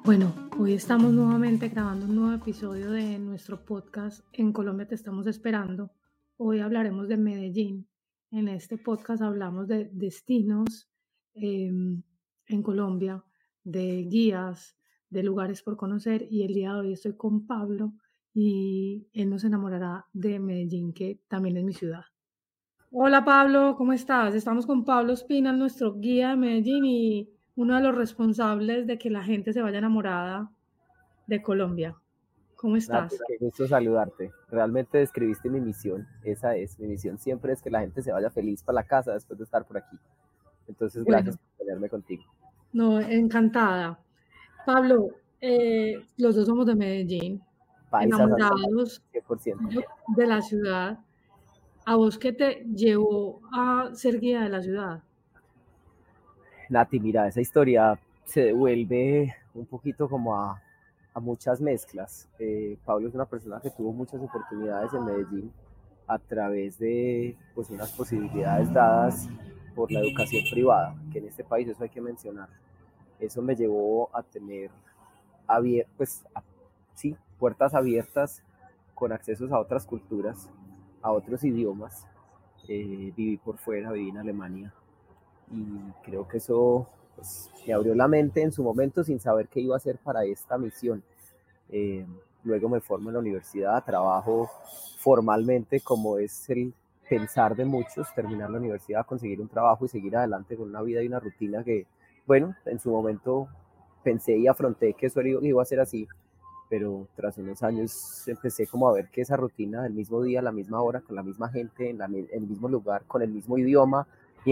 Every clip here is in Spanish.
Bueno, hoy estamos nuevamente grabando un nuevo episodio de nuestro podcast En Colombia te estamos esperando. Hoy hablaremos de Medellín. En este podcast hablamos de destinos en Colombia, de guías, de lugares por conocer, y el día de hoy estoy con Pablo y él nos enamorará de Medellín, que también es mi ciudad. Hola Pablo, ¿cómo estás? Estamos con Pablo Espina, nuestro guía de Medellín y uno de los responsables de que la gente se vaya enamorada de Colombia. ¿Cómo Nati, estás? qué gusto saludarte. Realmente describiste mi misión. Esa es, mi misión siempre es que la gente se vaya feliz para la casa después de estar por aquí. Entonces, gracias Bueno, por tenerme contigo. no, encantada. Pablo, los dos somos de Medellín, Paisas al enamorados 100%. de la ciudad. ¿A vos qué te llevó a ser guía de la ciudad? Nati, mira, esa historia se devuelve un poquito como a muchas mezclas. Pablo es una persona que tuvo muchas oportunidades en Medellín a través de pues, unas posibilidades dadas por la educación privada, que en este país eso hay que mencionar. Eso me llevó a tener sí, puertas abiertas con accesos a otras culturas, a otros idiomas. Viví por fuera, viví en Alemania y creo que eso pues, me abrió la mente en su momento sin saber qué iba a hacer para esta misión. Eh, Luego me formo en la universidad, trabajo formalmente como es el pensar de muchos, terminar la universidad, conseguir un trabajo y seguir adelante con una vida y una rutina que, bueno, en su momento pensé y afronté que eso iba a ser así, pero tras unos años empecé como a ver que esa rutina del mismo día, a la misma hora, con la misma gente, en el mismo lugar, con el mismo idioma y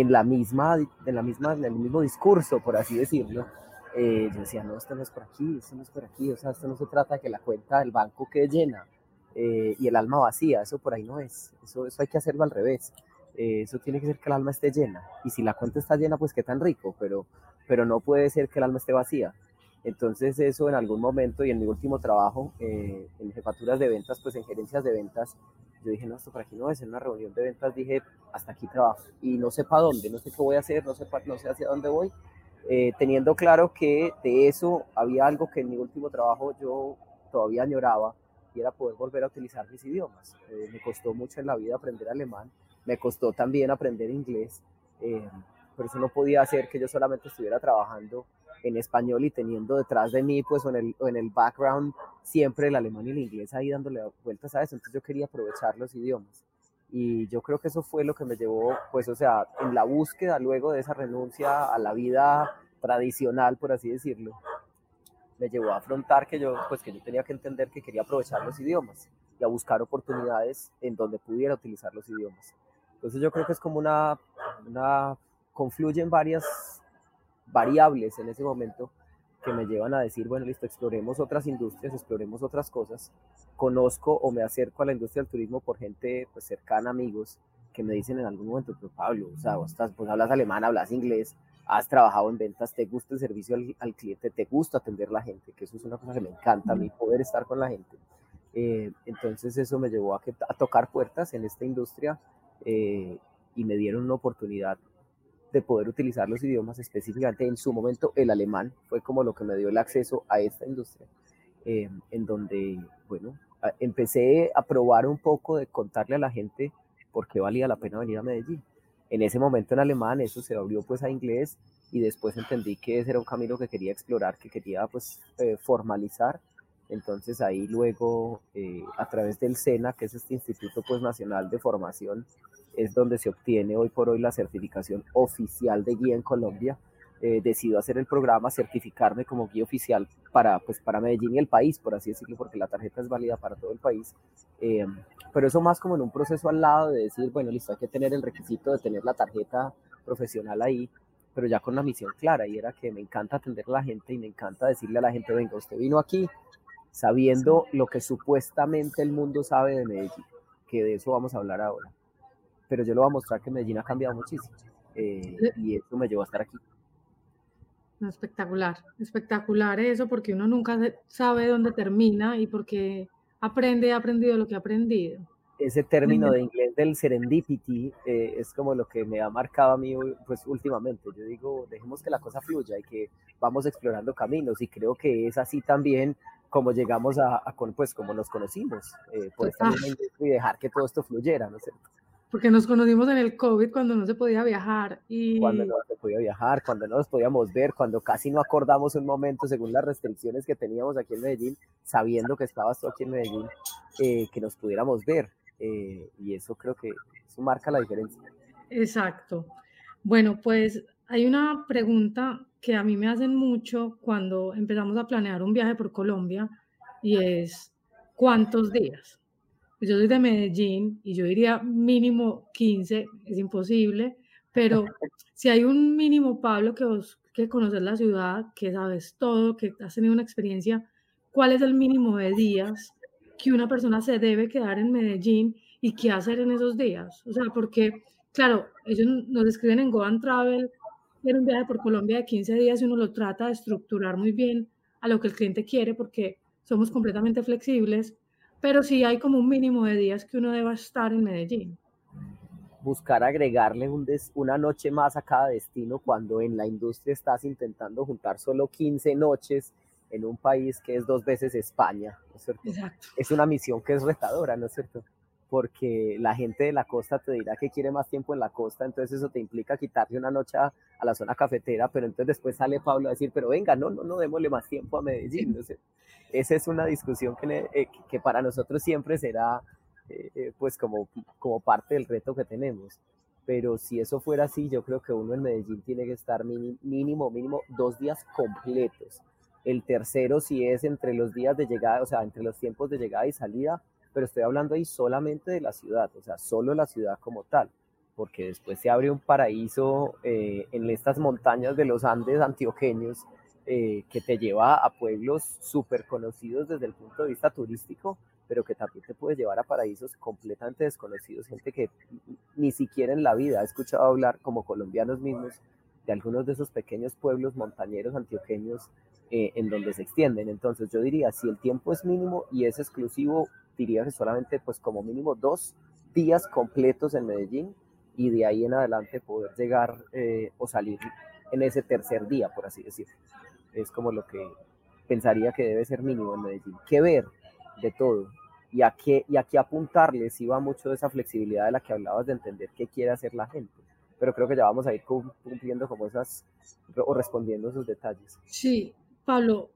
en el mismo discurso, por así decirlo, yo decía, no, esto no es por aquí, esto no es por aquí, o sea, esto no se trata de que la cuenta del banco quede llena y el alma vacía, eso por ahí no es, eso hay que hacerlo al revés. Eso tiene que ser que el alma esté llena, y si la cuenta está llena, pues qué tan rico, pero no puede ser que el alma esté vacía. Entonces eso en algún momento y en mi último trabajo, en jefaturas de ventas, pues en gerencias de ventas, yo dije, no, esto por aquí no es, en una reunión de ventas dije, hasta aquí trabajo y no sé para dónde, no sé qué voy a hacer, no sé hacia dónde voy, teniendo claro que de eso había algo que en mi último trabajo yo todavía añoraba y era poder volver a utilizar mis idiomas. Me costó mucho en la vida aprender alemán, me costó también aprender inglés, por eso no podía hacer que yo solamente estuviera trabajando en español y teniendo detrás de mí, pues, o en el background, siempre el alemán y el inglés ahí dándole vueltas a eso. Entonces yo quería aprovechar los idiomas. Y yo creo que eso fue lo que me llevó, pues, o sea, en la búsqueda luego de esa renuncia a la vida tradicional, por así decirlo, me llevó a afrontar pues, que yo tenía que entender que quería aprovechar los idiomas y a buscar oportunidades en donde pudiera utilizar los idiomas. Entonces yo creo que es como confluyen varias variables en ese momento que me llevan a decir, bueno, listo, exploremos otras industrias, exploremos otras cosas. Conozco o me acerco a la industria del turismo por gente pues, cercana, amigos, que me dicen en algún momento, pero Pablo, o sea, pues hablas alemán, hablas inglés, has trabajado en ventas, te gusta el servicio al cliente, te gusta atender a la gente, que eso es una cosa que me encanta a mí, poder estar con la gente. Entonces eso me llevó a tocar puertas en esta industria y me dieron una oportunidad de poder utilizar los idiomas, específicamente en su momento el alemán, fue como lo que me dio el acceso a esta industria, en donde, bueno, empecé a probar un poco de contarle a la gente por qué valía la pena venir a Medellín. En ese momento en alemán eso se abrió pues a inglés y después entendí que ese era un camino que quería explorar, que quería pues formalizar. Entonces ahí luego a través del SENA, que es este Instituto pues Nacional de Formación, es donde se obtiene hoy por hoy la certificación oficial de guía en Colombia. Decido hacer el programa, certificarme como guía oficial para Medellín y el país, por así decirlo, porque la tarjeta es válida para todo el país. Eh, pero eso más como en un proceso al lado de decir, bueno, listo, hay que tener el requisito de tener la tarjeta profesional ahí, pero ya con la misión clara, y era que me encanta atender a la gente y me encanta decirle a la gente, venga, usted vino aquí sabiendo lo que supuestamente el mundo sabe de Medellín, que de eso vamos a hablar ahora, pero yo le voy a mostrar que Medellín ha cambiado muchísimo y eso me llevó a estar aquí. Espectacular, espectacular eso, porque uno nunca sabe dónde termina y porque ha aprendido lo que ha aprendido. ese término de inglés del serendipity es como lo que me ha marcado a mí pues últimamente. Yo digo, dejemos que la cosa fluya y que vamos explorando caminos, y creo que es así también como llegamos pues como nos conocimos, por esta Total, misma industria, y dejar que todo esto fluyera, ¿no es cierto? porque nos conocimos en el COVID cuando no se podía viajar Cuando y no se podía viajar, cuando no nos podíamos ver, cuando casi no acordamos un momento según las restricciones que teníamos aquí en Medellín, sabiendo que estabas tú aquí en Medellín, que nos pudiéramos ver. Y eso creo que eso marca la diferencia. exacto. Bueno, pues hay una pregunta que a mí me hacen mucho cuando empezamos a planear un viaje por Colombia y es, ¿cuántos días? Pues yo soy de Medellín y yo diría mínimo 15, es imposible, pero si hay un mínimo, Pablo, que conoces la ciudad, que sabes todo, que has tenido una experiencia, ¿cuál es el mínimo de días que una persona se debe quedar en Medellín y qué hacer en esos días? O sea, porque, claro, ellos nos escriben en Go and Travel, era un viaje por Colombia de 15 días y uno lo trata de estructurar muy bien a lo que el cliente quiere porque somos completamente flexibles, pero sí hay como un mínimo de días que uno deba estar en Medellín. Buscar agregarle una noche más a cada destino, cuando en la industria estás intentando juntar solo 15 noches en un país que es 2 veces España, ¿no es cierto? Exacto. Es una misión que es retadora, ¿no es cierto? Porque la gente de la costa te dirá que quiere más tiempo en la costa, entonces eso te implica quitarle una noche a la zona cafetera, pero entonces después sale Pablo a decir, pero venga, no, démosle más tiempo a Medellín, no sé. Esa es una discusión que para nosotros siempre será pues como parte del reto que tenemos. Pero si eso fuera así, yo creo que uno en Medellín tiene que estar mínimo 2 días completos. El tercero si es entre los días de llegada, o sea, entre los tiempos de llegada y salida, pero estoy hablando ahí solamente de la ciudad, o sea, solo la ciudad como tal, porque después se abre un paraíso en estas montañas de los Andes antioqueños, que te lleva a pueblos súper conocidos desde el punto de vista turístico, pero que también te puede llevar a paraísos completamente desconocidos, gente que ni siquiera en la vida ha escuchado hablar, como colombianos mismos, de algunos de esos pequeños pueblos montañeros antioqueños en donde se extienden. Entonces yo diría, si el tiempo es mínimo y es exclusivo, diría que solamente pues como mínimo 2 días completos en Medellín, y de ahí en adelante poder llegar o salir en ese tercer día, por así decirlo. Es como lo que pensaría que debe ser mínimo en Medellín. ¿Qué ver? De todo. Y a qué apuntarle, si va mucho de esa flexibilidad de la que hablabas, de entender qué quiere hacer la gente. Pero creo que ya vamos a ir cumpliendo como esas, o respondiendo esos detalles. Sí, Pablo,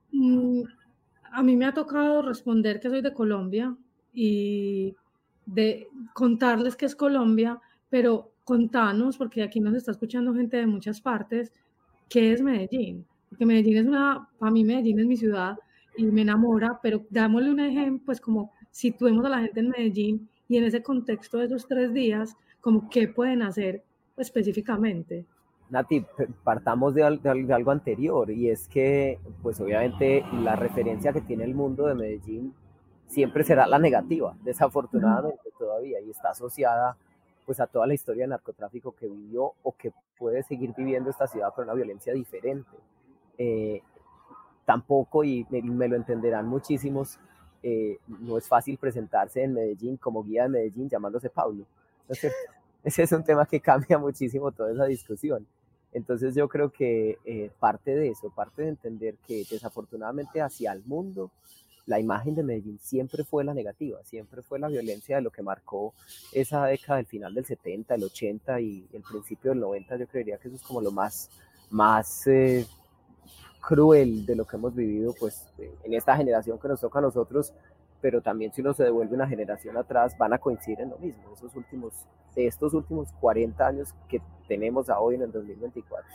a mí me ha tocado responder que soy de Colombia y de contarles que es Colombia, pero contanos, porque aquí nos está escuchando gente de muchas partes, ¿qué es Medellín? Porque Medellín es para mí Medellín es mi ciudad y me enamora, pero dámosle un ejemplo, pues como situemos a la gente en Medellín y en ese contexto de esos 3 días, como qué pueden hacer pues, específicamente. Nati, partamos de algo anterior, y es que, pues obviamente, la referencia que tiene el mundo de Medellín siempre será la negativa, Ujú. desafortunadamente todavía, y está asociada pues a toda la historia de narcotráfico que vivió o que puede seguir viviendo esta ciudad, con una violencia diferente. Eh, Tampoco, y me lo entenderán muchísimos, no es fácil presentarse en Medellín como guía de Medellín llamándose Pablo, ¿no es cierto? Ese es un tema que cambia muchísimo toda esa discusión. Entonces yo creo que parte de eso, parte de entender que desafortunadamente hacia el mundo la imagen de Medellín siempre fue la negativa, siempre fue la violencia de lo que marcó esa década del final del 70, el 80 y el principio del 90. Yo creería que eso es como lo más cruel de lo que hemos vivido pues en esta generación que nos toca a nosotros, pero también si uno se devuelve una generación atrás van a coincidir en lo mismo. De estos últimos 40 años que tenemos a hoy en el 2024,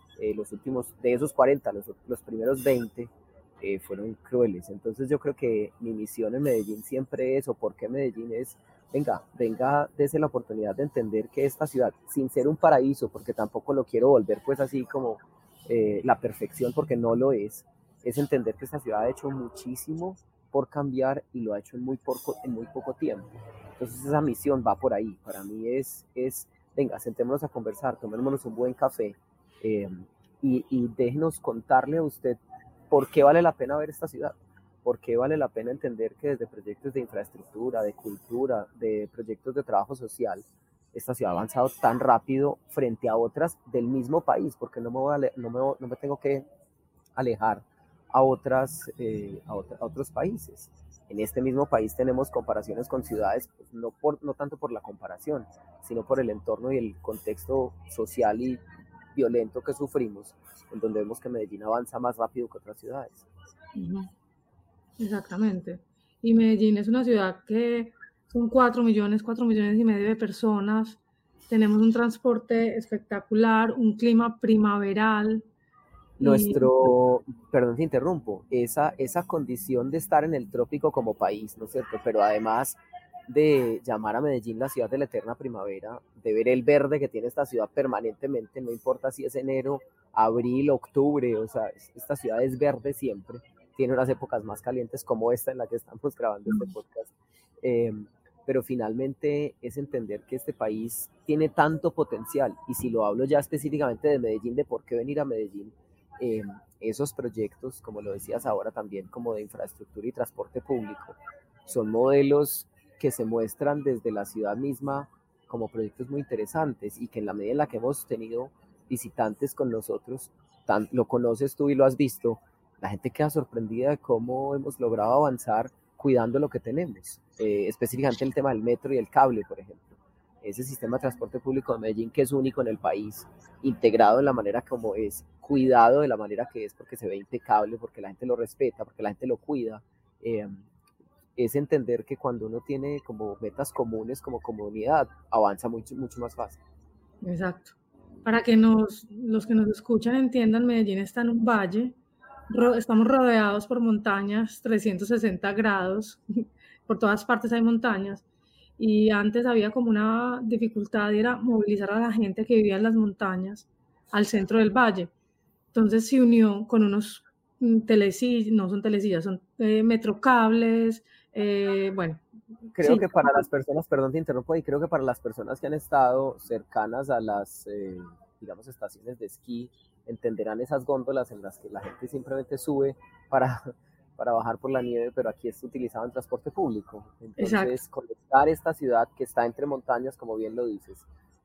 de esos 40, los primeros 20 fueron crueles. Entonces yo creo que mi misión en Medellín siempre es, o por qué Medellín es, venga, dése la oportunidad de entender que esta ciudad, sin ser un paraíso, porque tampoco lo quiero volver pues así como la perfección, porque no lo es entender que esta ciudad ha hecho muchísimo por cambiar, y lo ha hecho en muy poco tiempo. Entonces esa misión va por ahí. Para mí venga, sentémonos a conversar, tomémonos un buen café, y déjenos contarle a usted por qué vale la pena ver esta ciudad. ¿Por qué vale la pena entender que desde proyectos de infraestructura, de cultura, de proyectos de trabajo social, esta ciudad ha avanzado tan rápido frente a otras del mismo país? Porque no me tengo que alejar a otros países. En este mismo país tenemos comparaciones con ciudades, pues no tanto por la comparación, sino por el entorno y el contexto social y violento que sufrimos, en donde vemos que Medellín avanza más rápido que otras ciudades. Uh-huh. Exactamente. Y Medellín es una ciudad que son 4 millones y medio de personas. Tenemos un transporte espectacular, un clima primaveral. Perdón, te interrumpo, esa condición de estar en el trópico como país, ¿no es cierto? Pero además de llamar a Medellín la ciudad de la eterna primavera, de ver el verde que tiene esta ciudad permanentemente, no importa si es enero, abril, octubre, o sea, esta ciudad es verde siempre, tiene unas épocas más calientes como esta en la que estamos grabando este podcast, pero finalmente es entender que este país tiene tanto potencial, y si lo hablo ya específicamente de Medellín, de por qué venir a Medellín, esos proyectos, como lo decías ahora también, como de infraestructura y transporte público, son modelos que se muestran desde la ciudad misma como proyectos muy interesantes y que en la medida en la que hemos tenido visitantes con nosotros, lo conoces tú y lo has visto, la gente queda sorprendida de cómo hemos logrado avanzar cuidando lo que tenemos, específicamente el tema del metro y el cable, por ejemplo. Ese sistema de transporte público de Medellín, que es único en el país, integrado de la manera como es, cuidado de la manera que es, porque se ve impecable, porque la gente lo respeta, porque la gente lo cuida, es entender que cuando uno tiene como metas comunes como comunidad, avanza mucho, mucho más fácil. Exacto. Para que los que nos escuchan entiendan, Medellín está en un valle, estamos rodeados por montañas 360 grados, por todas partes hay montañas, y antes había como una dificultad y era movilizar a la gente que vivía en las montañas al centro del valle. Entonces se unió con unos telesillas, no son telesillas, son metrocables, bueno. Creo Sí. que para las personas, perdón te interrumpo, y creo que para las personas que han estado cercanas a las, digamos, estaciones de esquí, entenderán esas góndolas en las que la gente simplemente sube para, para bajar por la nieve, pero aquí es utilizado en transporte público. Entonces, Exacto. conectar esta ciudad que está entre montañas, como bien lo dices,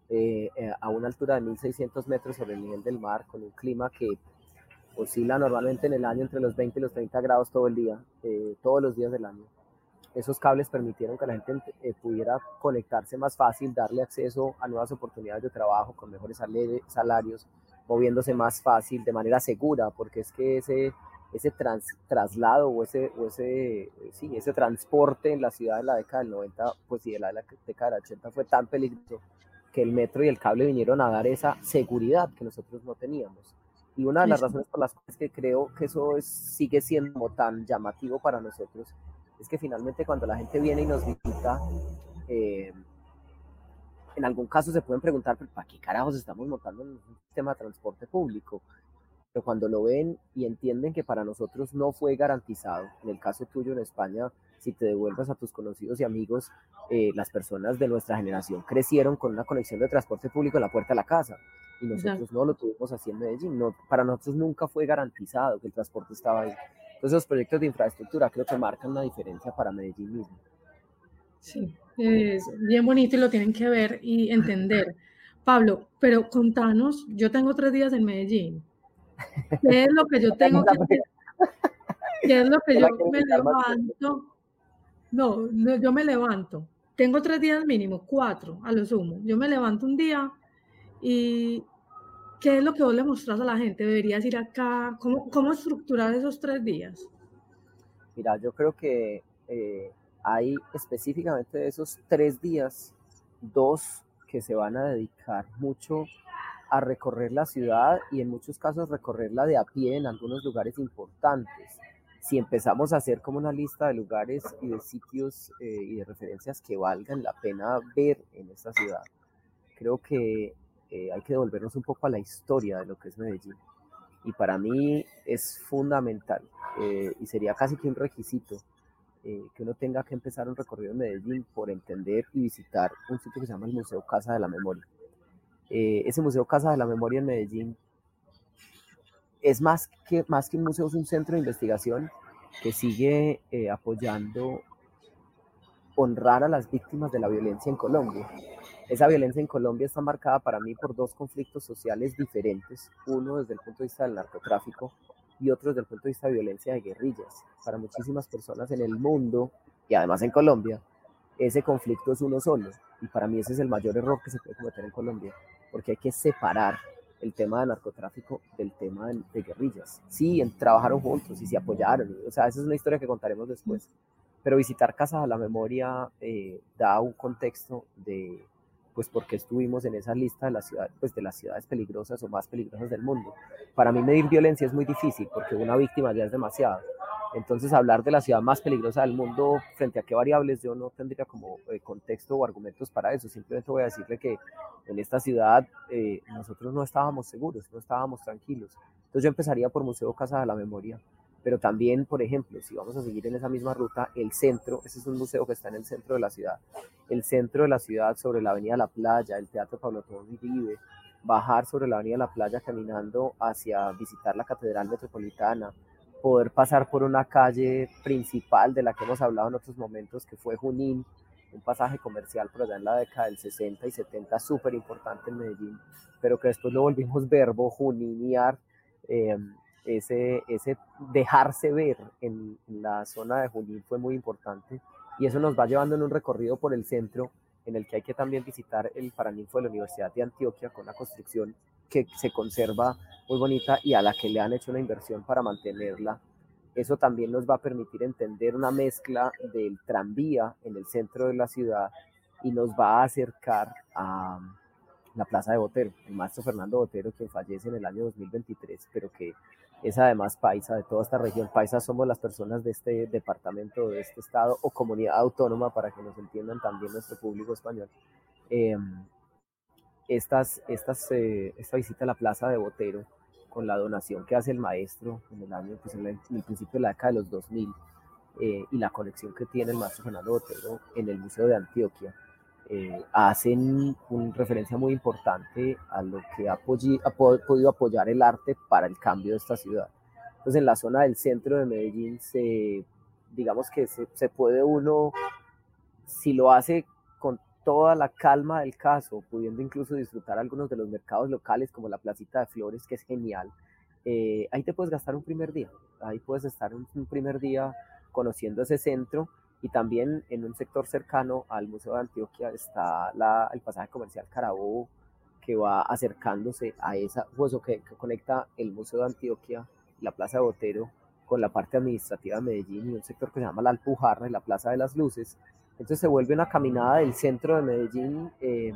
a una altura de 1.600 metros sobre el nivel del mar, con un clima que oscila normalmente en el año entre los 20 y los 30 grados todo el día, todos los días del año. Esos cables permitieron que la gente pudiera conectarse más fácil, darle acceso a nuevas oportunidades de trabajo con mejores salarios, moviéndose más fácil, de manera segura, porque es que ese traslado o ese transporte en la ciudad de la década del 90, pues sí, de la década del 80 fue tan peligroso que el metro y el cable vinieron a dar esa seguridad que nosotros no teníamos. Y una de las razones por las cuales que creo que eso sigue siendo tan llamativo para nosotros es que finalmente cuando la gente viene y nos visita, en algún caso se pueden preguntar, ¿para qué carajos estamos montando un sistema de transporte público? Pero cuando lo ven y entienden que para nosotros no fue garantizado, en el caso tuyo en España, si te devuelvas a tus conocidos y amigos, las personas de nuestra generación crecieron con una conexión de transporte público en la puerta de la casa, y nosotros no lo tuvimos así en Medellín. No, para nosotros nunca fue garantizado que el transporte estaba ahí. Entonces los proyectos de infraestructura creo que marcan una diferencia para Medellín mismo. Sí, es bien bonito y lo tienen que ver y entender. Pablo, pero contanos, yo tengo 3 días en Medellín. ¿Qué es lo que yo tengo que hacer? ¿Qué es lo que yo me levanto? No, yo me levanto. Tengo 3 días mínimo, 4 a lo sumo. Yo me levanto un día y ¿qué es lo que vos le mostrás a la gente? Deberías ir acá. ¿Cómo estructurar esos 3 días? Mira, yo creo que hay específicamente de esos 3 días, 2 que se van a dedicar mucho a recorrer la ciudad y en muchos casos recorrerla de a pie en algunos lugares importantes. Si empezamos a hacer como una lista de lugares y de sitios y de referencias que valgan la pena ver en esta ciudad, creo que hay que devolvernos un poco a la historia de lo que es Medellín. Y para mí es fundamental y sería casi que un requisito que uno tenga que empezar un recorrido en Medellín por entender y visitar un sitio que se llama el Museo Casa de la Memoria. Ese Museo Casa de la Memoria en Medellín es más que un museo, es un centro de investigación que sigue apoyando honrar a las víctimas de la violencia en Colombia. Esa violencia en Colombia está marcada para mí por dos conflictos sociales diferentes, uno desde el punto de vista del narcotráfico y otro desde el punto de vista de violencia de guerrillas. Para muchísimas personas en el mundo y además en Colombia, ese conflicto es uno solo, y para mí ese es el mayor error que se puede cometer en Colombia, porque hay que separar el tema de narcotráfico del tema de guerrillas. Sí, trabajaron juntos y se apoyaron, o sea, esa es una historia que contaremos después, pero visitar Casas a la Memoria da un contexto de pues porque estuvimos en esa lista de, la ciudad, pues, de las ciudades peligrosas o más peligrosas del mundo. Para mí medir violencia es muy difícil porque una víctima ya es demasiado. Entonces hablar de la ciudad más peligrosa del mundo, frente a qué variables, yo no tendría como contexto o argumentos para eso. Simplemente voy a decirle que en esta ciudad nosotros no estábamos seguros, no estábamos tranquilos. Entonces yo empezaría por Museo Casa de la Memoria, pero también, por ejemplo, si vamos a seguir en esa misma ruta, el centro, ese es un museo que está en el centro de la ciudad, el centro de la ciudad sobre la avenida La Playa, el Teatro Pablo Tobón Uribe, bajar sobre la avenida La Playa caminando hacia visitar la Catedral Metropolitana, poder pasar por una calle principal de la que hemos hablado en otros momentos, que fue Junín, un pasaje comercial por allá en la década del 60 y 70, súper importante en Medellín, pero que después lo volvimos verbo, juninear, ese dejarse ver en la zona de Junín fue muy importante, y eso nos va llevando en un recorrido por el centro, en el que hay que también visitar el Paraninfo de la Universidad de Antioquia, con una construcción que se conserva muy bonita y a la que le han hecho una inversión para mantenerla. Eso también nos va a permitir entender una mezcla del tranvía en el centro de la ciudad y nos va a acercar a la Plaza de Botero, el maestro Fernando Botero, quien fallece en el año 2023, pero que es además paisa de toda esta región. Paisas somos las personas de este departamento, de este estado o comunidad autónoma, para que nos entiendan también nuestro público español. Eh, esta visita a la Plaza de Botero, con la donación que hace el maestro en el año, pues en el principio de la década de los 2000, y la conexión que tiene el maestro Fernando Botero en el Museo de Antioquia, hacen una referencia muy importante a lo que ha podido apoyar el arte para el cambio de esta ciudad. Entonces, en la zona del centro de Medellín, digamos que se puede uno, si lo hace con toda la calma del caso, pudiendo incluso disfrutar algunos de los mercados locales, como la Placita de Flores, que es genial, ahí te puedes gastar un primer día, ahí puedes estar un primer día conociendo ese centro, y también en un sector cercano al Museo de Antioquia está el pasaje comercial Carabobo, que va acercándose a pues, que conecta el Museo de Antioquia, la Plaza de Botero, con la parte administrativa de Medellín, y un sector que se llama La Alpujarra y la Plaza de las Luces. Entonces se vuelve una caminada del centro de Medellín,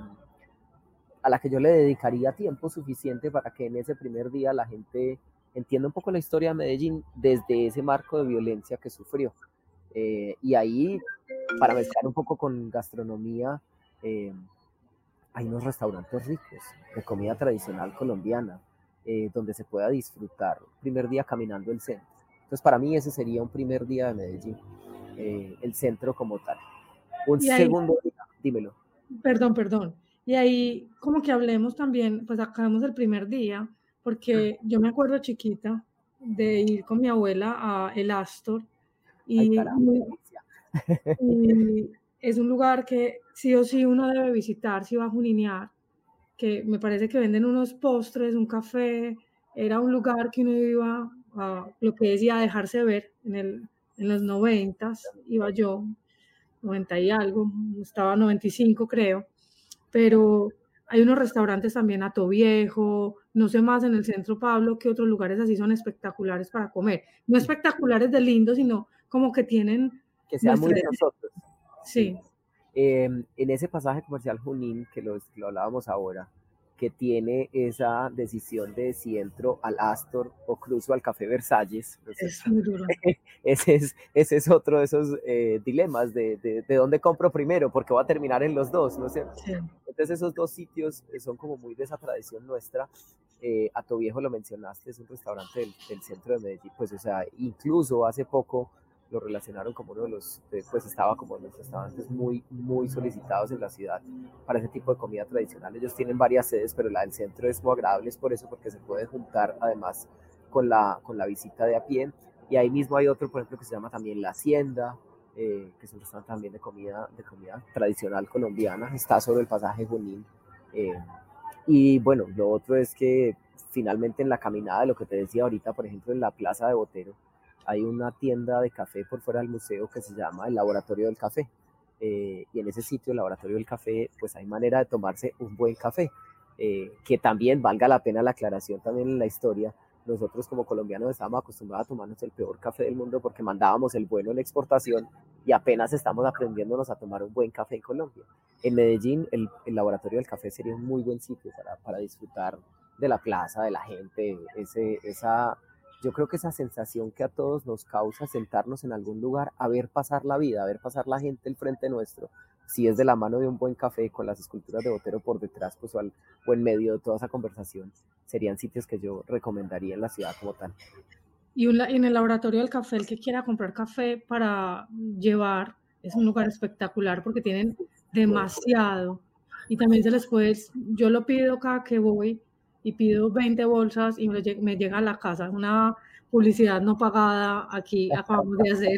a la que yo le dedicaría tiempo suficiente para que en ese primer día la gente entienda un poco la historia de Medellín desde ese marco de violencia que sufrió. Y ahí, para mezclar un poco con gastronomía, hay unos restaurantes ricos de comida tradicional colombiana, donde se pueda disfrutar. Primer día caminando el centro. Entonces, para mí ese sería un primer día de Medellín, el centro como tal. Un Y ahí, segundo día, dímelo. perdón. Y ahí como que hablemos también, pues acabamos el primer día, porque yo me acuerdo chiquita de ir con mi abuela a El Astor Ay, y, carajo, qué delicia. y es un lugar que sí o sí uno debe visitar si va a juninear, que me parece que venden unos postres, un café, era un lugar que uno iba a lo que decía dejarse ver en los 90s, iba yo, 90 y algo, estaba 95 creo, pero hay unos restaurantes también, Hato Viejo, no sé más en el centro Pablo, que otros lugares así son espectaculares para comer. No espectaculares de lindo, sino como que tienen Que sea muy nuestra... de nosotros. Sí. Sí, En ese pasaje comercial Junín, que lo hablábamos ahora, que tiene esa decisión de si entro al Astor o cruzo al Café Versalles, ¿no es es cierto? muy duro. Ese es otro de esos dilemas de dónde compro primero, porque voy a terminar en los dos, ¿no es cierto? Sí. Entonces esos dos sitios son como muy de esa tradición nuestra. Hato Viejo lo mencionaste, es un restaurante del centro de Medellín, pues o sea, incluso hace poco lo relacionaron como uno de los, pues estaba como en los restaurantes muy, muy solicitados en la ciudad para ese tipo de comida tradicional. Ellos tienen varias sedes, pero la del centro es muy agradable, es por eso, porque se puede juntar además con la visita de a pie. Y ahí mismo hay otro, por ejemplo, que se llama también La Hacienda, que es un restaurante también de comida tradicional colombiana, está sobre el pasaje Junín. Eh, y bueno, lo otro es que finalmente en la caminada, lo que te decía ahorita, por ejemplo, en la Plaza de Botero, hay una tienda de café por fuera del museo que se llama el Laboratorio del Café. Y en ese sitio, el Laboratorio del Café, pues hay manera de tomarse un buen café. Que también valga la pena la aclaración también en la historia. Nosotros como colombianos estábamos acostumbrados a tomarnos el peor café del mundo porque mandábamos el bueno en exportación y apenas estamos aprendiéndonos a tomar un buen café en Colombia. En Medellín, el Laboratorio del Café sería un muy buen sitio para disfrutar de la plaza, de la gente, yo creo que esa sensación que a todos nos causa sentarnos en algún lugar a ver pasar la vida, a ver pasar la gente al frente nuestro, si es de la mano de un buen café con las esculturas de Botero por detrás, pues o en medio de toda esa conversación, serían sitios que yo recomendaría en la ciudad como tal. Y en el laboratorio del café, el que quiera comprar café para llevar, es un lugar espectacular porque tienen demasiado. Y también se les puede, yo lo pido cada que voy y pido 20 bolsas y me llega a la casa. Una publicidad no pagada aquí acabamos de hacer.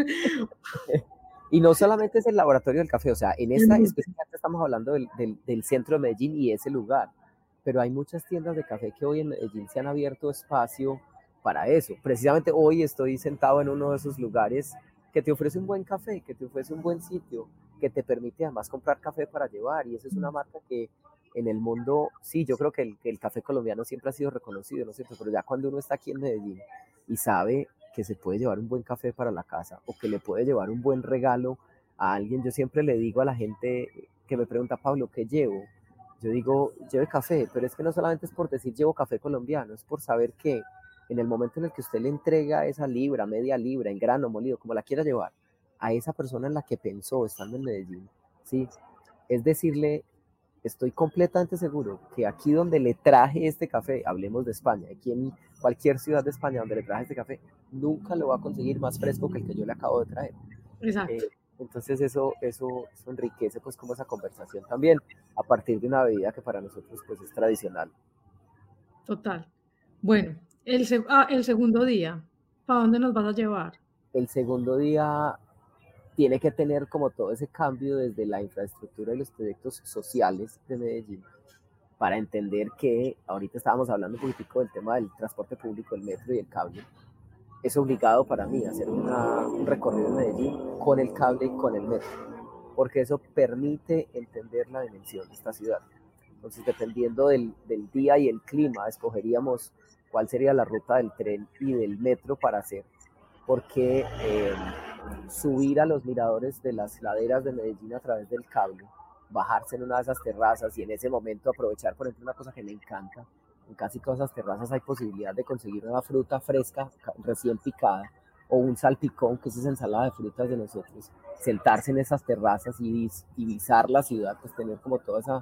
Y no solamente es el Laboratorio del Café, o sea, en esta específicamente estamos hablando del centro de Medellín y ese lugar, pero hay muchas tiendas de café que hoy en Medellín se han abierto espacio para eso. Precisamente hoy estoy sentado en uno de esos lugares que te ofrece un buen café, que te ofrece un buen sitio, que te permite además comprar café para llevar, y esa es una marca que en el mundo, sí, yo creo que el café colombiano siempre ha sido reconocido, ¿no es cierto? Pero ya cuando uno está aquí en Medellín y sabe que se puede llevar un buen café para la casa o que le puede llevar un buen regalo a alguien, yo siempre le digo a la gente que me pregunta, Pablo, ¿qué llevo? Yo digo, lleve café, pero es que no solamente es por decir llevo café colombiano, es por saber que en el momento en el que usted le entrega esa libra, media libra, en grano molido, como la quiera llevar, a esa persona en la que pensó estando en Medellín, ¿sí? Es decirle, estoy completamente seguro que aquí donde le traje este café, hablemos de España, aquí en cualquier ciudad de España donde le traje este café, nunca lo va a conseguir más fresco que el que yo le acabo de traer. Exacto. Entonces eso enriquece pues como esa conversación también, a partir de una bebida que para nosotros pues es tradicional. Total. Bueno, el segundo día, ¿para dónde nos vas a llevar? El segundo día tiene que tener como todo ese cambio desde la infraestructura y los proyectos sociales de Medellín para entender que ahorita estábamos hablando un poquitico del tema del transporte público, el metro y el cable. Es obligado para mí hacer un recorrido en Medellín con el cable y con el metro, porque eso permite entender la dimensión de esta ciudad. Entonces, dependiendo del día y el clima, escogeríamos cuál sería la ruta del tren y del metro para hacer, porque subir a los miradores de las laderas de Medellín a través del cable, bajarse en una de esas terrazas y en ese momento aprovechar, por ejemplo, una cosa que me encanta, en casi todas las terrazas hay posibilidad de conseguir una fruta fresca, recién picada, o un salpicón, que es esa ensalada de frutas de nosotros, sentarse en esas terrazas y divisar la ciudad, pues tener como toda esa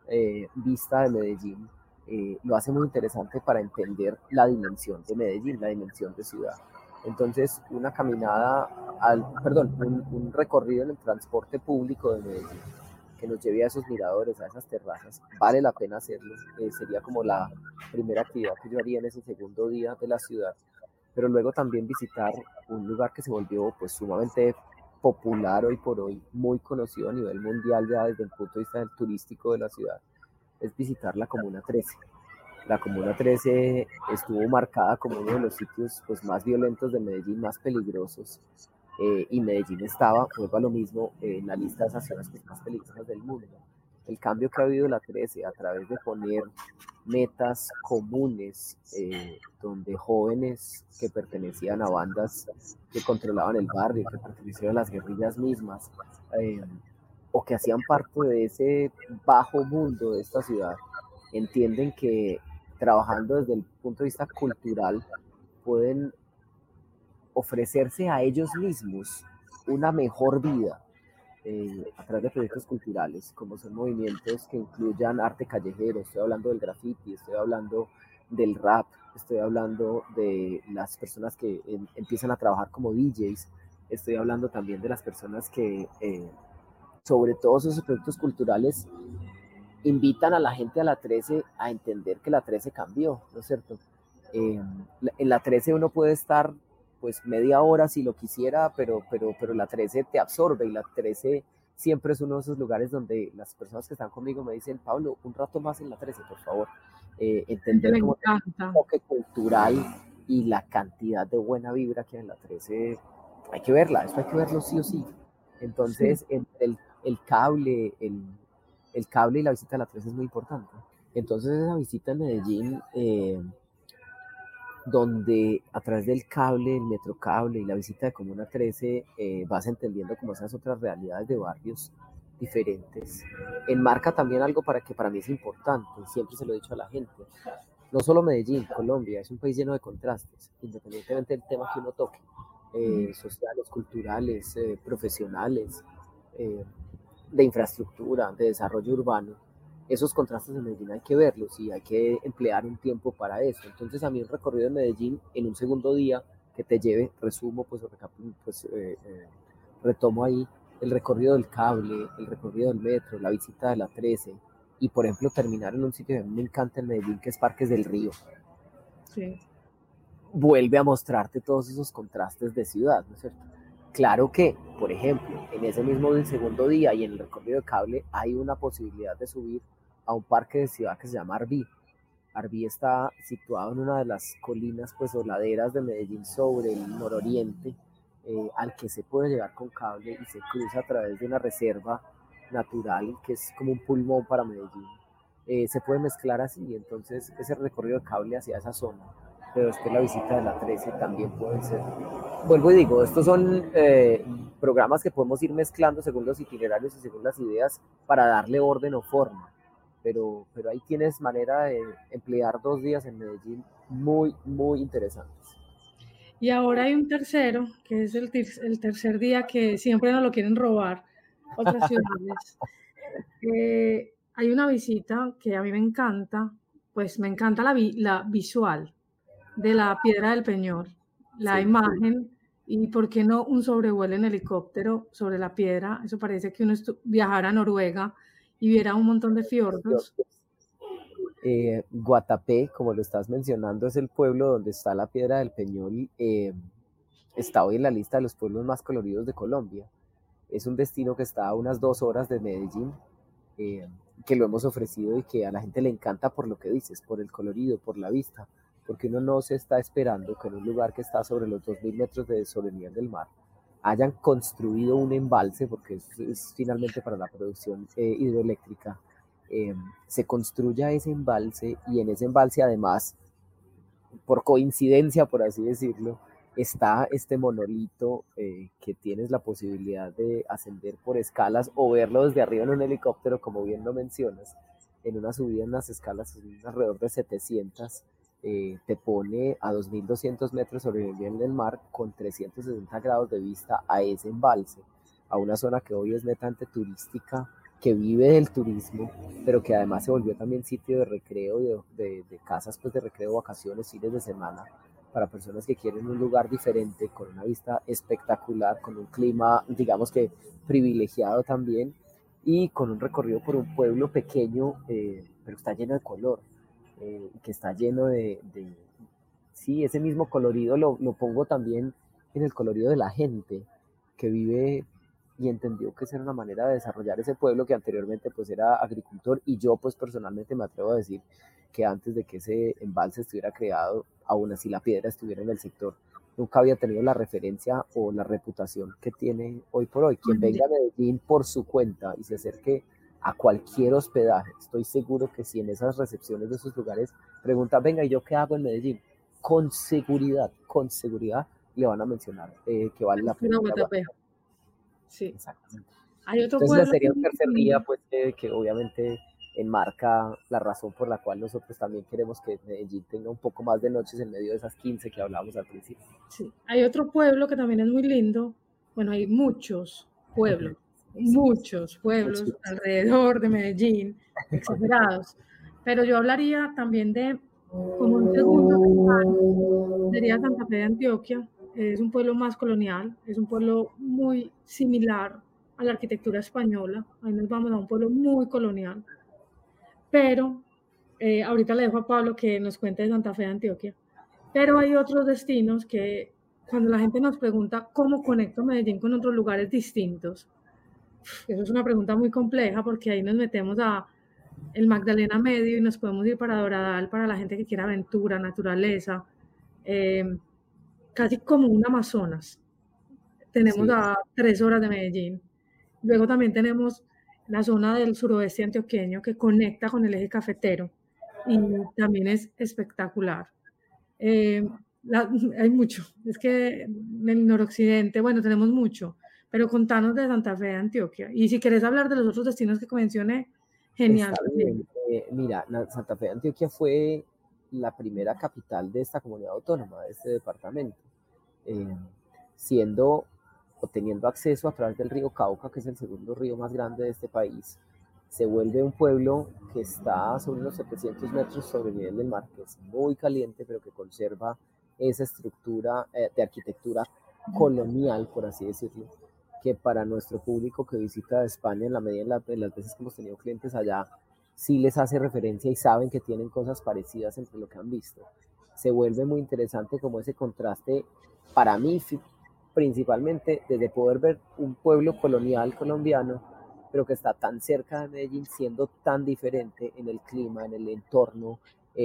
vista de Medellín, lo hace muy interesante para entender la dimensión de Medellín, la dimensión de ciudad. Entonces, una caminada, un recorrido en el transporte público de Medellín que nos lleve a esos miradores, a esas terrazas, vale la pena hacerlo. Sería como la primera actividad que yo haría en ese segundo día de la ciudad. Pero luego también visitar un lugar que se volvió pues sumamente popular hoy por hoy, muy conocido a nivel mundial ya desde el punto de vista del turístico de la ciudad, es visitar la Comuna 13. La Comuna 13 estuvo marcada como uno de los sitios pues, más violentos de Medellín, más peligrosos, y Medellín estaba, vuelvo a lo mismo, en la lista de esas ciudades pues, más peligrosas del mundo. El cambio que ha habido la 13 a través de poner metas comunes, donde jóvenes que pertenecían a bandas que controlaban el barrio, que pertenecían a las guerrillas mismas, o que hacían parte de ese bajo mundo de esta ciudad, entienden que trabajando desde el punto de vista cultural pueden ofrecerse a ellos mismos una mejor vida a través de proyectos culturales, como son movimientos que incluyan arte callejero. Estoy hablando del graffiti, estoy hablando del rap, estoy hablando de las personas que empiezan a trabajar como DJs, estoy hablando también de las personas que, sobre todos esos proyectos culturales, invitan a la gente a la 13 a entender que la 13 cambió, ¿no es cierto? En la 13 uno puede estar pues media hora si lo quisiera, pero la 13 te absorbe y la 13 siempre es uno de esos lugares donde las personas que están conmigo me dicen, Pablo, un rato más en la 13, por favor. Entender Me cómo el encanta. toque cultural y la cantidad de buena vibra que hay en la 13, hay que verla, esto hay que verlo sí o sí. Sí. Entonces, el cable, el cable y la visita a la 13 es muy importante. Entonces, esa visita en Medellín, donde a través del cable, el metrocable y la visita de Comuna 13 vas entendiendo como esas otras realidades de barrios diferentes. Enmarca también algo para mí es importante, siempre se lo he dicho a la gente. No solo Medellín, Colombia, es un país lleno de contrastes, independientemente del tema que uno toque, sociales, culturales, profesionales, eh, de infraestructura, de desarrollo urbano. Esos contrastes en Medellín hay que verlos y hay que emplear un tiempo para eso. Entonces a mí un recorrido en Medellín en un segundo día que te lleve, resumo, retomo ahí el recorrido del cable, el recorrido del metro, la visita de la 13 y por ejemplo terminar en un sitio que a mí me encanta en Medellín que es Parques del Río. Sí. Vuelve a mostrarte todos esos contrastes de ciudad, ¿no es cierto? Claro que, por ejemplo, en ese mismo segundo día y en el recorrido de cable hay una posibilidad de subir a un parque de ciudad que se llama Arví. Arví está situado en una de las colinas pues, o laderas de Medellín sobre el nororiente, al que se puede llegar con cable y se cruza a través de una reserva natural que es como un pulmón para Medellín. Se puede mezclar así, entonces ese recorrido de cable hacia esa zona, pero es que la visita de la 13 también puede ser. Vuelvo y digo, estos son programas que podemos ir mezclando según los itinerarios y según las ideas para darle orden o forma, pero ahí tienes manera de emplear 2 días en Medellín muy, muy interesantes. Y ahora hay un tercero, que es el tercer día que siempre nos lo quieren robar otras ciudades. Hay una visita que a mí me encanta, pues me encanta la visual de la Piedra del Peñol, la Sí. imagen y por qué no un sobrevuelo en helicóptero sobre la piedra. Eso parece que uno viajara a Noruega y viera un montón de fiordos. Guatapé, como lo estás mencionando, es el pueblo donde está la Piedra del Peñol. Está hoy en la lista de los pueblos más coloridos de Colombia. Es un destino que está a unas 2 horas de Medellín, que lo hemos ofrecido y que a la gente le encanta por lo que dices, por el colorido, por la vista, porque uno no se está esperando que en un lugar que está sobre los 2000 metros sobre el nivel del mar hayan construido un embalse, porque es finalmente para la producción hidroeléctrica, se construya ese embalse y en ese embalse además, por coincidencia, por así decirlo, está este monolito que tienes la posibilidad de ascender por escalas o verlo desde arriba en un helicóptero, como bien lo mencionas, en una subida en las escalas alrededor de 700, te pone a 2200 metros sobre el nivel del mar con 360 grados de vista a ese embalse, a una zona que hoy es netamente turística, que vive del turismo, pero que además se volvió también sitio de recreo, de casas pues, de recreo, vacaciones, fines de semana, para personas que quieren un lugar diferente, con una vista espectacular, con un clima, digamos que privilegiado también, y con un recorrido por un pueblo pequeño, pero está lleno de color, que está lleno sí, ese mismo colorido lo pongo también en el colorido de la gente que vive y entendió que esa era una manera de desarrollar ese pueblo que anteriormente pues era agricultor y yo pues personalmente me atrevo a decir que antes de que ese embalse estuviera creado, aún así la piedra estuviera en el sector, nunca había tenido la referencia o la reputación que tiene hoy por hoy. Quien venga a Medellín por su cuenta y se acerque a cualquier hospedaje, estoy seguro que si en esas recepciones de esos lugares pregunta, venga, ¿y yo qué hago en Medellín? Con seguridad le van a mencionar que vale la pena. Sí. Exactamente. Hay otro Entonces ese pueblo sería un tercer día, pues que obviamente enmarca la razón por la cual nosotros también queremos que Medellín tenga un poco más de noches en medio de esas 15 que hablábamos al principio. Sí. Hay otro pueblo que también es muy lindo. Bueno, hay muchos pueblos alrededor de Medellín, exagerados. Pero yo hablaría también de, como un segundo lugar, sería Santa Fe de Antioquia. Es un pueblo más colonial, es un pueblo muy similar a la arquitectura española. Ahí nos vamos a un pueblo muy colonial. Pero ahorita le dejo a Pablo que nos cuente de Santa Fe de Antioquia. Pero hay otros destinos que cuando la gente nos pregunta cómo conecto Medellín con otros lugares distintos, eso es una pregunta muy compleja porque ahí nos metemos a el Magdalena Medio y nos podemos ir para Doradal para la gente que quiera aventura, naturaleza, eh, casi como un Amazonas. Tenemos Sí, a 3 horas de Medellín. Luego también tenemos la zona del suroeste antioqueño que conecta con el eje cafetero y también es espectacular. Eh, hay mucho, es que en el noroccidente, bueno, tenemos mucho, pero contanos de Santa Fe de Antioquia. Y si querés hablar de los otros destinos que mencioné, genial está también. bien. Mira, Santa Fe de Antioquia fue la primera capital de esta comunidad autónoma, de este departamento, eh, siendo o teniendo acceso a través del río Cauca, que es el segundo río más grande de este país. Se vuelve un pueblo que está sobre unos 700 metros sobre el nivel del mar, que es muy caliente, pero que conserva esa estructura de arquitectura colonial, por así decirlo, que para nuestro público que visita España, en la medida en las veces que hemos tenido clientes allá, sí les hace referencia y saben que tienen cosas parecidas entre lo que han visto. Se vuelve muy interesante como ese contraste, para mí principalmente desde poder ver un pueblo colonial colombiano, pero que está tan cerca de Medellín, siendo tan diferente en el clima, en el entorno,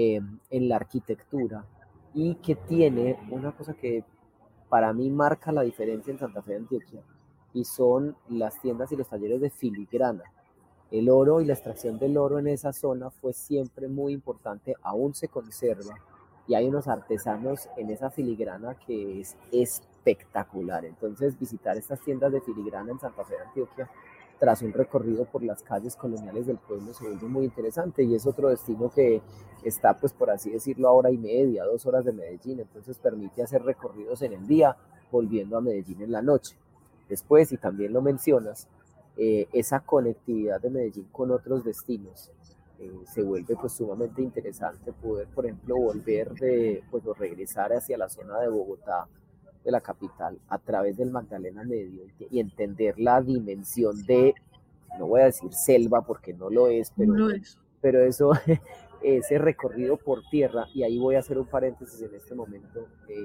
en la arquitectura, y que tiene una cosa que para mí marca la diferencia en Santa Fe de Antioquia, y son las tiendas y los talleres de filigrana. El oro y la extracción del oro en esa zona fue siempre muy importante, aún se conserva, y hay unos artesanos en esa filigrana que es espectacular. Entonces, visitar estas tiendas de filigrana en Santa Fe de Antioquia, tras un recorrido por las calles coloniales del pueblo, se vuelve muy interesante, y es otro destino que está, pues por así decirlo, a 1 hora y media, 2 horas de Medellín. Entonces permite hacer recorridos en el día, volviendo a Medellín en la noche. Después, y también lo mencionas, esa conectividad de Medellín con otros destinos, se vuelve pues sumamente interesante poder, por ejemplo, volver pues o regresar hacia la zona de Bogotá, de la capital, a través del Magdalena Medio, y entender la dimensión de, no voy a decir selva porque no lo es, No lo es. pero eso, ese recorrido por tierra. Y ahí voy a hacer un paréntesis en este momento.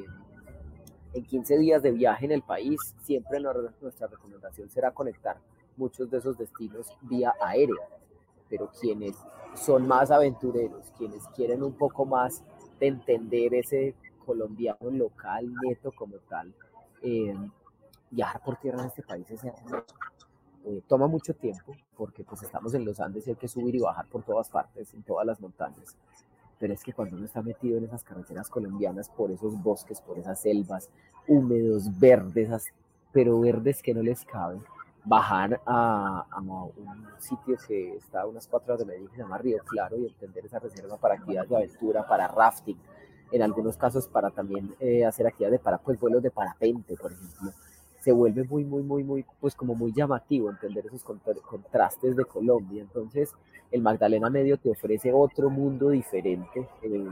En 15 días de viaje en el país, siempre nuestra recomendación será conectar muchos de esos destinos vía aérea, pero quienes son más aventureros, quienes quieren un poco más de entender ese colombiano local, neto como tal, eh, viajar por tierra en este país es hermoso. Toma mucho tiempo porque pues estamos en los Andes y hay que subir y bajar por todas partes, en todas las montañas, pero es que cuando uno está metido en esas carreteras colombianas, por esos bosques, por esas selvas, húmedos, verdes, pero verdes que no les caben, bajar a un sitio que está a unas 4 horas de Medellín, que se llama Río Claro, y entender esa reserva para actividades de aventura, para rafting, en algunos casos para también hacer actividades para pues vuelos de parapente, por ejemplo. Se vuelve muy, pues como muy llamativo entender esos contrastes de Colombia. Entonces, el Magdalena Medio te ofrece otro mundo diferente.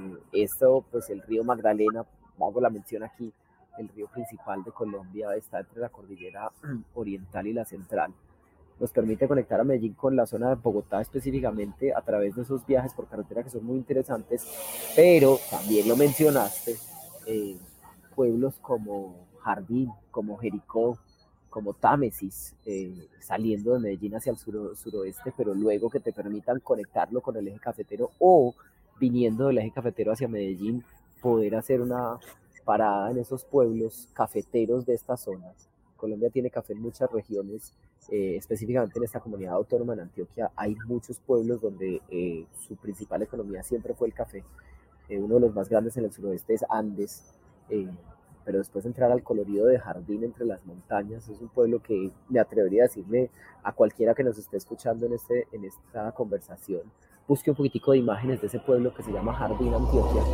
Esto, pues el río Magdalena, hago la mención aquí, el río principal de Colombia, está entre la cordillera oriental y la central. Nos permite conectar a Medellín con la zona de Bogotá específicamente a través de esos viajes por carretera que son muy interesantes, pero también lo mencionaste, eh, pueblos como Jardín, como Jericó, como Támesis, saliendo de Medellín hacia el suroeste, pero luego que te permitan conectarlo con el eje cafetero, o viniendo del eje cafetero hacia Medellín, poder hacer una parada en esos pueblos cafeteros de esta zona. Colombia tiene café en muchas regiones, específicamente en esta comunidad autónoma en Antioquia hay muchos pueblos donde su principal economía siempre fue el café. Uno de los más grandes en el suroeste es Andes, eh, pero después entrar al colorido de Jardín entre las montañas, es un pueblo que me atrevería a decirle a cualquiera que nos esté escuchando en esta conversación, busque un poquitico de imágenes de ese pueblo que se llama Jardín, Antioquia,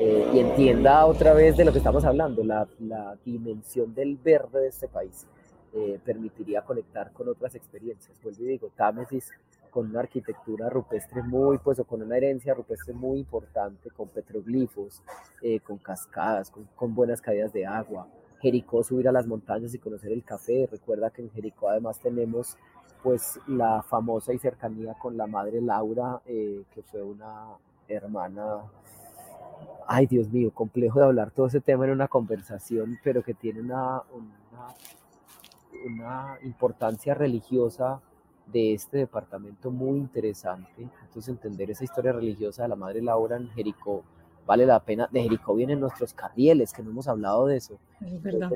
y entienda otra vez de lo que estamos hablando, la dimensión del verde de este país. Permitiría conectar con otras experiencias. Vuelvo y digo, Támesis con una arquitectura rupestre muy, pues, o con una herencia rupestre muy importante, con petroglifos, con cascadas, con buenas caídas de agua. Jericó, subir a las montañas y conocer el café. Recuerda que en Jericó además tenemos pues la famosa y cercanía con la madre Laura, que fue una hermana Ay, Dios mío, complejo de hablar todo ese tema en una conversación, pero que tiene una importancia religiosa de este departamento muy interesante. Entonces, entender esa historia religiosa de la Madre Laura en Jericó vale la pena. De Jericó vienen nuestros carrieles, que no hemos hablado de eso. Es verdad.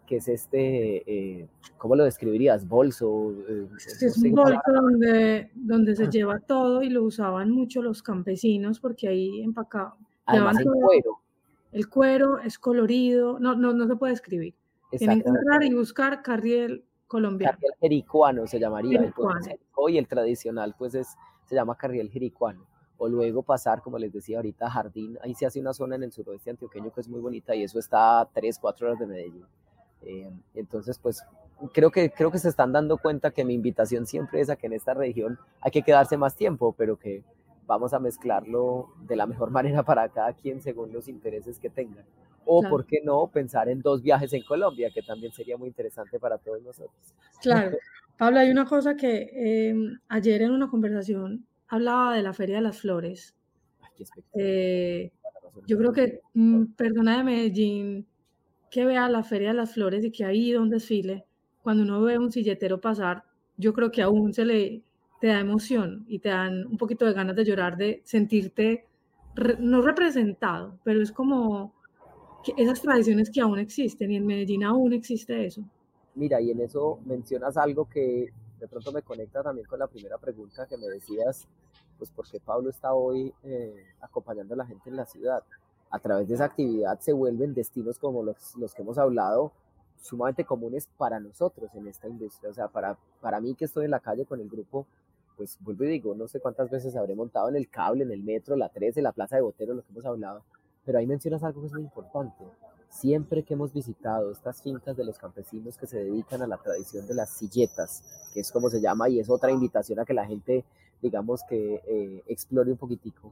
¿Cómo lo describirías? Bolso, Sí, no es sé un qué bolso palabra. donde se lleva todo y lo usaban mucho los campesinos porque ahí empacaban, Además llevaban en todo. cuero, El cuero es colorido, no se puede escribir. Tienen que exactamente. entrar y buscar carriel colombiano, Carriel jericuano se llamaría. Entonces, jericuano. Jericó y el tradicional, pues se llama carriel jericuano. O luego pasar, como les decía ahorita, Jardín. Ahí se hace una zona en el suroeste antioqueño que es muy bonita y eso está a 3, 4 horas de Medellín. Entonces, pues creo que se están dando cuenta que mi invitación siempre es a que en esta región hay que quedarse más tiempo, pero que vamos a mezclarlo de la mejor manera para cada quien según los intereses que tengan. O, Claro, ¿por qué no pensar en 2 viajes en Colombia, que también sería muy interesante para todos nosotros? claro. Pablo, hay una cosa que ayer en una conversación hablaba de la Feria de las Flores. Ay, qué espectacular. Eh, La razón. yo creo que persona de Medellín que vea la Feria de las Flores y que ha ido a un desfile, cuando uno ve un silletero pasar, yo creo que aún te da emoción y te dan un poquito de ganas de llorar, de sentirte no representado, pero es como que esas tradiciones que aún existen y en Medellín aún existe eso. Mira, y en eso mencionas algo que de pronto me conecta también con la primera pregunta que me decías, pues por qué Pablo está hoy acompañando a la gente en la ciudad. A través de esa actividad se vuelven destinos como los que hemos hablado, sumamente comunes para nosotros en esta industria. O sea, para mí que estoy en la calle con el grupo, pues vuelvo y digo, no sé cuántas veces habré montado en el cable, en el metro, la 13, la plaza de Botero, lo que hemos hablado, pero ahí mencionas algo que es muy importante. Siempre que hemos visitado estas fincas de los campesinos que se dedican a la tradición de las silletas, que es como se llama, y es otra invitación a que la gente, digamos, que explore un poquitico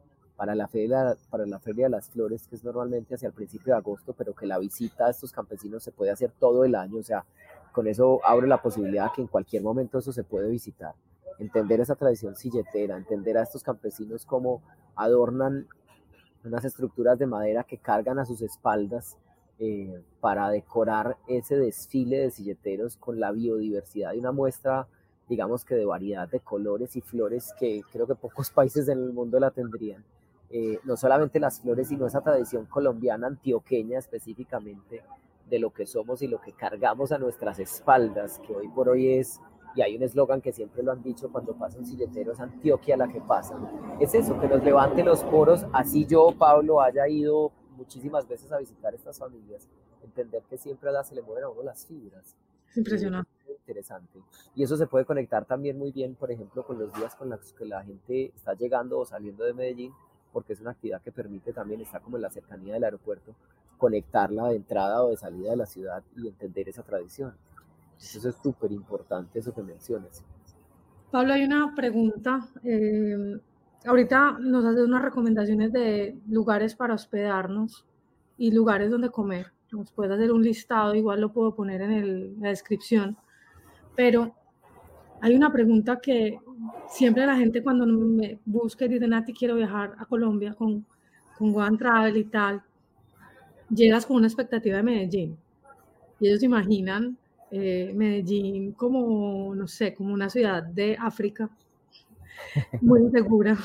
para la Feria de las Flores, que es normalmente hacia el principio de agosto, pero que la visita a estos campesinos se puede hacer todo el año. O sea, con eso abre la posibilidad que en cualquier momento eso se puede visitar. Entender esa tradición silletera, entender a estos campesinos cómo adornan unas estructuras de madera que cargan a sus espaldas para decorar ese desfile de silleteros con la biodiversidad y una muestra, digamos que de variedad de colores y flores que creo que pocos países en el mundo la tendrían. No solamente las flores, sino esa tradición colombiana, antioqueña específicamente, de lo que somos y lo que cargamos a nuestras espaldas, que hoy por hoy es, y hay un eslogan que siempre lo han dicho cuando pasa un silletero, es Antioquia la que pasa. Es eso, que nos levante los poros, así yo, Pablo, haya ido muchísimas veces a visitar estas familias, entender que siempre se le mueven a uno las fibras. Es impresionante. Es muy interesante. Y eso se puede conectar también muy bien, por ejemplo, con los días con los que la gente está llegando o saliendo de Medellín, porque es una actividad que permite también, está como en la cercanía del aeropuerto, conectarla de entrada o de salida de la ciudad y entender esa tradición. Eso es súper importante, eso que mencionas. Pablo, hay una pregunta. Ahorita nos haces unas recomendaciones de lugares para hospedarnos y lugares donde comer. Nos puedes hacer un listado, igual lo puedo poner en la descripción. Pero hay una pregunta que siempre la gente cuando me busca y dice, Nati, quiero viajar a Colombia con One Travel y tal, llegas con una expectativa de Medellín. Y ellos imaginan Medellín como, no sé, como una ciudad de África, muy insegura.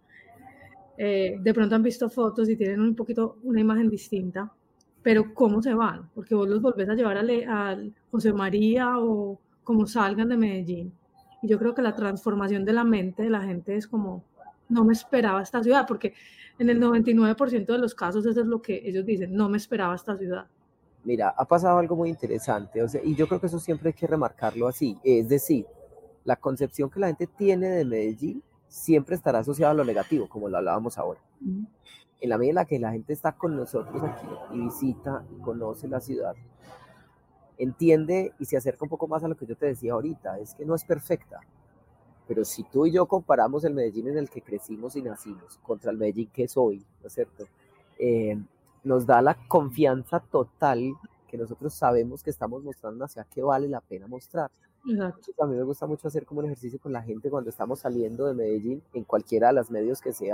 De pronto han visto fotos y tienen un poquito una imagen distinta, pero ¿cómo se van? Porque vos los volvés a llevar al José María o como salgan de Medellín. Y yo creo que la transformación de la mente de la gente es como, no me esperaba esta ciudad, porque en el 99% de los casos eso es lo que ellos dicen, no me esperaba esta ciudad. Mira, ha pasado algo muy interesante, o sea, y yo creo que eso siempre hay que remarcarlo así, es decir, la concepción que la gente tiene de Medellín siempre estará asociada a lo negativo, como lo hablábamos ahora. En la medida en la que la gente está con nosotros aquí y visita y conoce la ciudad, entiende y se acerca un poco más a lo que yo te decía ahorita, es que no es perfecta, pero si tú y yo comparamos el Medellín en el que crecimos y nacimos contra el Medellín que es hoy, ¿no es cierto? Eh, Nos da la confianza total que nosotros sabemos que estamos mostrando hacia qué vale la pena mostrar. Exacto. Entonces, a mí me gusta mucho hacer como un ejercicio con la gente cuando estamos saliendo de Medellín, en cualquiera de los medios que sea,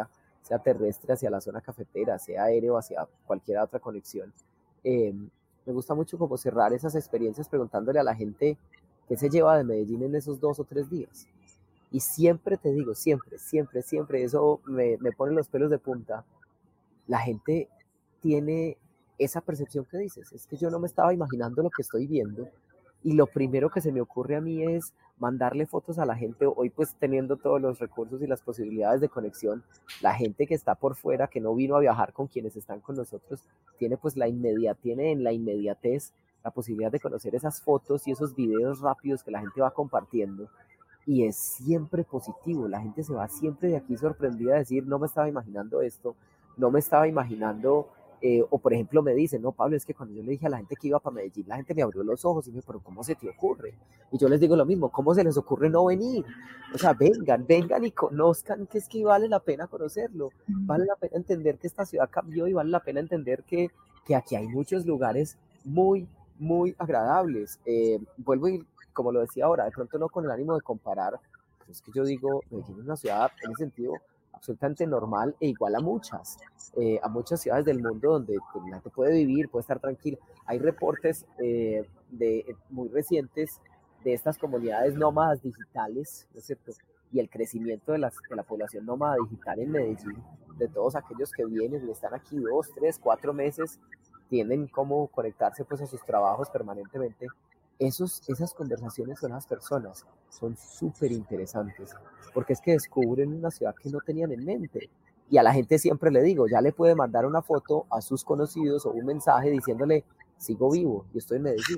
sea terrestre hacia la zona cafetera, sea aéreo hacia cualquier otra conexión. Me gusta mucho como cerrar esas experiencias preguntándole a la gente qué se lleva de Medellín en esos 2 o 3 días. Y siempre te digo, siempre, siempre, siempre, eso me pone los pelos de punta. La gente tiene esa percepción que dices, es que yo no me estaba imaginando lo que estoy viendo y lo primero que se me ocurre a mí es mandarle fotos a la gente, hoy pues teniendo todos los recursos y las posibilidades de conexión, la gente que está por fuera, que no vino a viajar con quienes están con nosotros, tiene pues tiene en la inmediatez la posibilidad de conocer esas fotos y esos videos rápidos que la gente va compartiendo y es siempre positivo, la gente se va siempre de aquí sorprendida a decir, no me estaba imaginando esto, no me estaba imaginando, o por ejemplo me dicen, no Pablo, es que cuando yo le dije a la gente que iba para Medellín, la gente me abrió los ojos y me dijo, pero ¿cómo se te ocurre? Y yo les digo lo mismo, ¿cómo se les ocurre no venir? O sea, vengan y conozcan que es que vale la pena conocerlo, vale la pena entender que esta ciudad cambió y vale la pena entender que aquí hay muchos lugares muy, muy agradables. Vuelvo y como lo decía ahora, de pronto no con el ánimo de comparar, pero es que yo digo, Medellín es una ciudad en ese sentido absolutamente normal e igual a muchas ciudades del mundo donde la gente puede vivir, puede estar tranquila. Hay reportes muy recientes de estas comunidades nómadas digitales, ¿no es cierto? Y el crecimiento de la población nómada digital en Medellín, de todos aquellos que vienen y están aquí 2, 3, 4 meses, tienen cómo conectarse pues a sus trabajos permanentemente. Esas conversaciones con las personas son súper interesantes, porque es que descubren una ciudad que no tenían en mente. Y a la gente siempre le digo, ya le puede mandar una foto a sus conocidos o un mensaje diciéndole, sigo vivo y estoy en Medellín.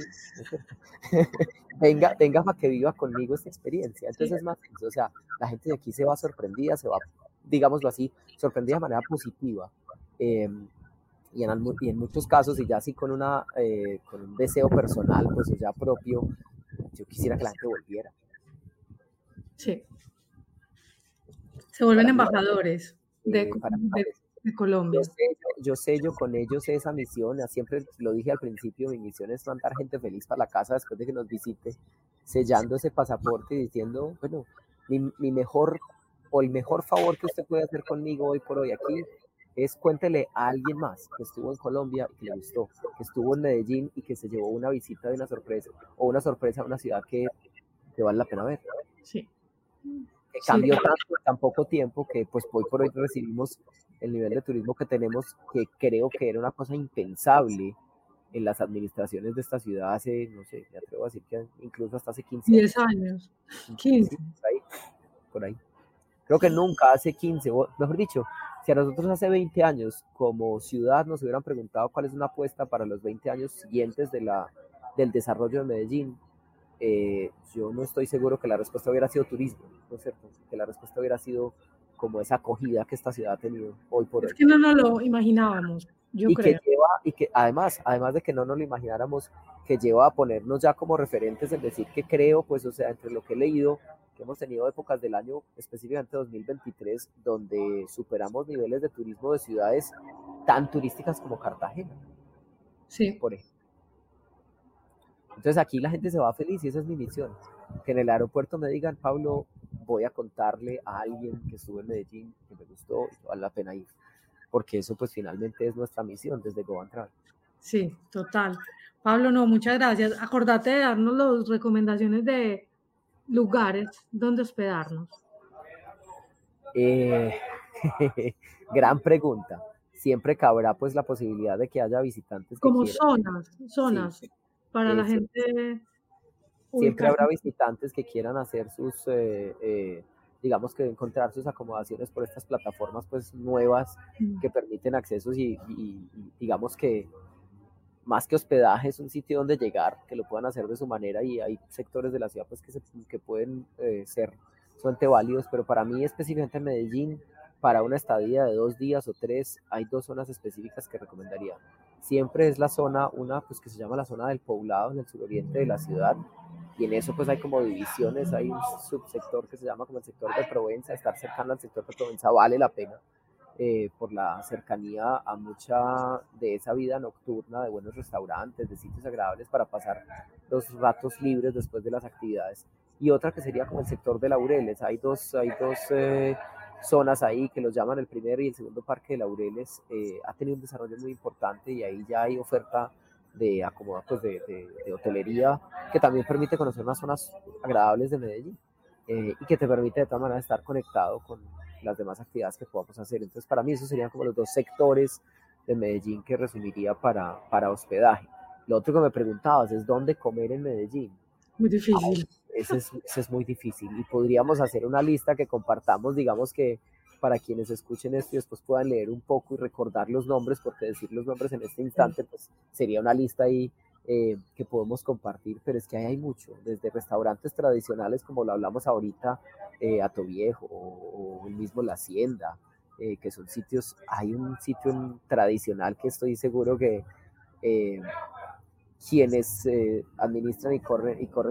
venga para que viva conmigo esta experiencia. Entonces es más, o sea, la gente de aquí se va sorprendida, se va, digámoslo así, sorprendida de manera positiva. Y en muchos casos, y ya así con un deseo personal, pues ya propio, yo quisiera que la gente volviera. Sí. Se vuelven embajadores de Colombia. Yo sello con ellos esa misión, siempre lo dije al principio, mi misión es mandar gente feliz para la casa después de que nos visite, sellando ese pasaporte y diciendo, bueno, mi mejor o el mejor favor que usted puede hacer conmigo hoy por hoy aquí es cuéntele a alguien más que estuvo en Colombia y que le gustó, que estuvo en Medellín y que se llevó una visita de una sorpresa, o una sorpresa a una ciudad que vale la pena ver. Sí. Que cambió tanto en tan poco tiempo que pues hoy por hoy recibimos el nivel de turismo que tenemos, que creo que era una cosa impensable en las administraciones de esta ciudad hace, no sé, me atrevo a decir que incluso hasta hace 15 años. 10 años, 15. Sí, por ahí. Creo que nunca hace 15, o mejor dicho, si a nosotros hace 20 años como ciudad nos hubieran preguntado cuál es una apuesta para los 20 años siguientes del desarrollo de Medellín, yo no estoy seguro que la respuesta hubiera sido turismo, ¿no es cierto? Que la respuesta hubiera sido como esa acogida que esta ciudad ha tenido hoy por hoy. Es que no nos lo imaginábamos, yo creo. Y que además de que no nos lo imagináramos, que lleva a ponernos ya como referentes en decir que creo, pues, o sea, entre lo que he leído, que hemos tenido épocas del año, específicamente 2023, donde superamos niveles de turismo de ciudades tan turísticas como Cartagena. Sí. Por ejemplo. Entonces aquí la gente se va feliz y esa es mi misión. Que en el aeropuerto me digan, Pablo, voy a contarle a alguien que estuvo en Medellín, que me gustó y que vale la pena ir. Porque eso pues finalmente es nuestra misión desde Go Travel. Sí, total. Pablo, no, muchas gracias. Acordate de darnos las recomendaciones de lugares donde hospedarnos. Gran pregunta. Siempre cabrá pues la posibilidad de que haya visitantes como zonas sí, para la gente. Siempre habrá visitantes que quieran hacer digamos que encontrar sus acomodaciones por estas plataformas pues nuevas que permiten accesos y digamos que más que hospedaje es un sitio donde llegar, que lo puedan hacer de su manera y hay sectores de la ciudad pues que pueden ser sumamente válidos, pero para mí específicamente en Medellín, para una estadía de 2 días o 3, hay 2 zonas específicas que recomendaría. Siempre es la zona, una pues que se llama la zona del Poblado, en el suroriente de la ciudad, y en eso pues hay como divisiones, hay un subsector que se llama como el sector de Provenza, estar cercano al sector de Provenza vale la pena. Por la cercanía a mucha de esa vida nocturna, de buenos restaurantes, de sitios agradables para pasar los ratos libres después de las actividades. Y otra que sería como el sector de Laureles. Hay dos zonas ahí que los llaman el primer y el segundo Parque de Laureles, ha tenido un desarrollo muy importante y ahí ya hay oferta de acomodo, pues de hotelería, que también permite conocer unas zonas agradables de Medellín, y que te permite de todas maneras estar conectado con las demás actividades que podamos hacer. Entonces, para mí esos serían como los dos sectores de Medellín que resumiría para hospedaje. Lo otro que me preguntabas es dónde comer en Medellín. Muy difícil. Ese es muy difícil y podríamos hacer una lista que compartamos, digamos que para quienes escuchen esto y después puedan leer un poco y recordar los nombres, porque decir los nombres en este instante pues sería una lista ahí que podemos compartir, pero es que ahí hay mucho, desde restaurantes tradicionales como lo hablamos ahorita, Hato Viejo o el mismo La Hacienda, que son sitios, hay un sitio tradicional que estoy seguro que quienes administran y corren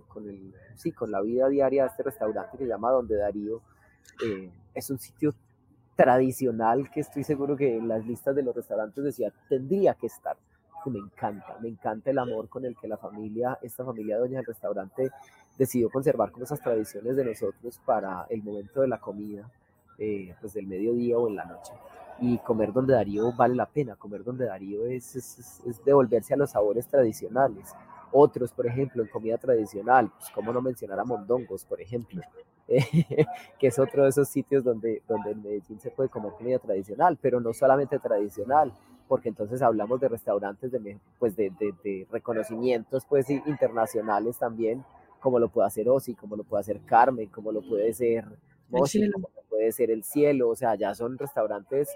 con la vida diaria de este restaurante que se llama Donde Darío, es un sitio tradicional que estoy seguro que en las listas de los restaurantes decía tendría que estar. Me encanta el amor con el que esta familia dueña del restaurante decidió conservar como esas tradiciones de nosotros para el momento de la comida, pues del mediodía o en la noche. Y comer Donde Darío vale la pena, comer Donde Darío es devolverse a los sabores tradicionales. Otros, por ejemplo, en comida tradicional, pues cómo no mencionar a Mondongos, por ejemplo, que es otro de esos sitios donde en Medellín se puede comer comida tradicional, pero no solamente tradicional, porque entonces hablamos de restaurantes de reconocimientos pues internacionales también, como lo puede hacer Osi, como lo puede hacer Carmen, como lo puede ser Moshi, como lo puede ser El Cielo, o sea, ya son restaurantes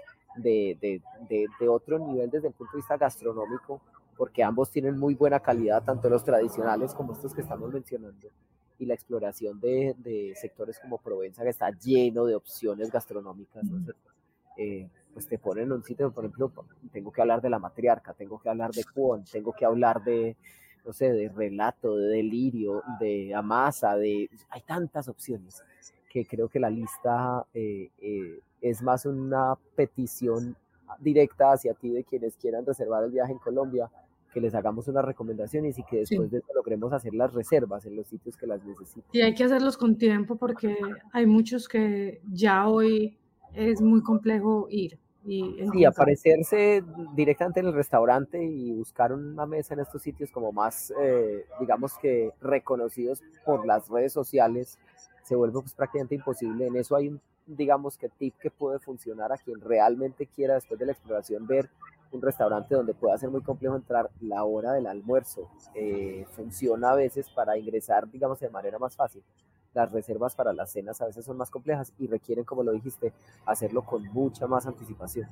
de otro nivel desde el punto de vista gastronómico, porque ambos tienen muy buena calidad, tanto los tradicionales como estos que estamos mencionando, y la exploración de sectores como Provenza, que está lleno de opciones gastronómicas, ¿no es cierto? Pues te ponen en un sitio, por ejemplo, tengo que hablar de La Matriarca, tengo que hablar de Cuon, tengo que hablar de, no sé, de Relato, de Delirio, de Amasa, hay tantas opciones que creo que la lista es más una petición directa hacia ti de quienes quieran reservar el viaje en Colombia, que les hagamos unas recomendaciones y que después de eso logremos hacer las reservas en los sitios que las necesiten. Y hay que hacerlos con tiempo porque hay muchos que ya hoy es muy complejo ir. Sí, aparecerse directamente en el restaurante y buscar una mesa en estos sitios como más, digamos que reconocidos por las redes sociales, se vuelve pues prácticamente imposible. En eso hay un, digamos que tip que puede funcionar a quien realmente quiera después de la exploración ver un restaurante donde pueda ser muy complejo entrar la hora del almuerzo. Funciona a veces para ingresar, digamos, de manera más fácil. Las reservas para las cenas a veces son más complejas y requieren, como lo dijiste, hacerlo con mucha más anticipación.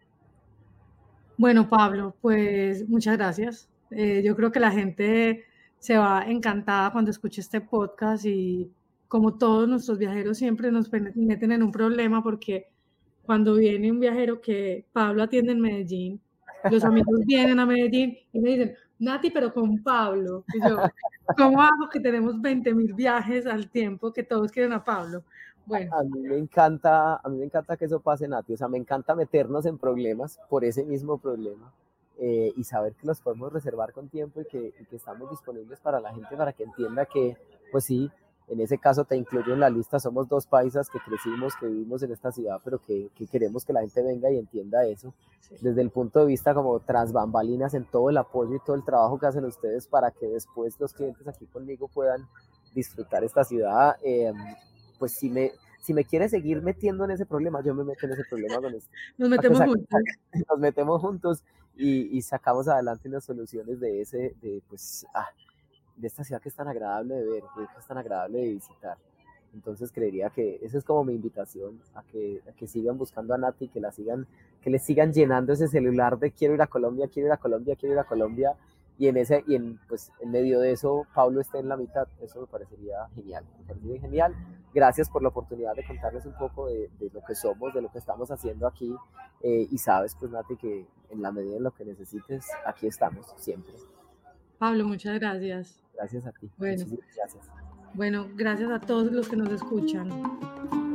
Bueno, Pablo, pues muchas gracias. Yo creo que la gente se va encantada cuando escuche este podcast y como todos nuestros viajeros siempre nos meten en un problema porque cuando viene un viajero que Pablo atiende en Medellín, los amigos vienen a Medellín y me dicen, Nati, pero con Pablo. Y yo, ¿cómo hago que tenemos 20.000 viajes al tiempo que todos quieren a Pablo? Bueno. A mí me encanta que eso pase, Nati. O sea, me encanta meternos en problemas por ese mismo problema, y saber que los podemos reservar con tiempo y que estamos disponibles para la gente, para que entienda que, pues sí, en ese caso te incluyo en la lista, somos dos paisas que crecimos, que vivimos en esta ciudad, pero que queremos que la gente venga y entienda eso, desde el punto de vista como tras bambalinas, en todo el apoyo y todo el trabajo que hacen ustedes para que después los clientes aquí conmigo puedan disfrutar esta ciudad. Pues si me quiere seguir metiendo en ese problema, yo me meto en ese problema con esto. Nos metemos juntos. Nos metemos juntos y sacamos adelante unas soluciones de esta ciudad que es tan agradable de ver, que es tan agradable de visitar. Entonces creería que esa es como mi invitación a que sigan buscando a Nati, que les sigan llenando ese celular de quiero ir a Colombia, quiero ir a Colombia, quiero ir a Colombia, y en medio de eso Pablo esté en la mitad. Eso me parecería genial, Gracias por la oportunidad de contarles un poco de lo que somos, de lo que estamos haciendo aquí, y sabes, pues Nati, que en la medida en lo que necesites, aquí estamos siempre. Pablo, muchas gracias. Gracias a ti. Bueno, muchísimas gracias. Bueno, gracias a todos los que nos escuchan.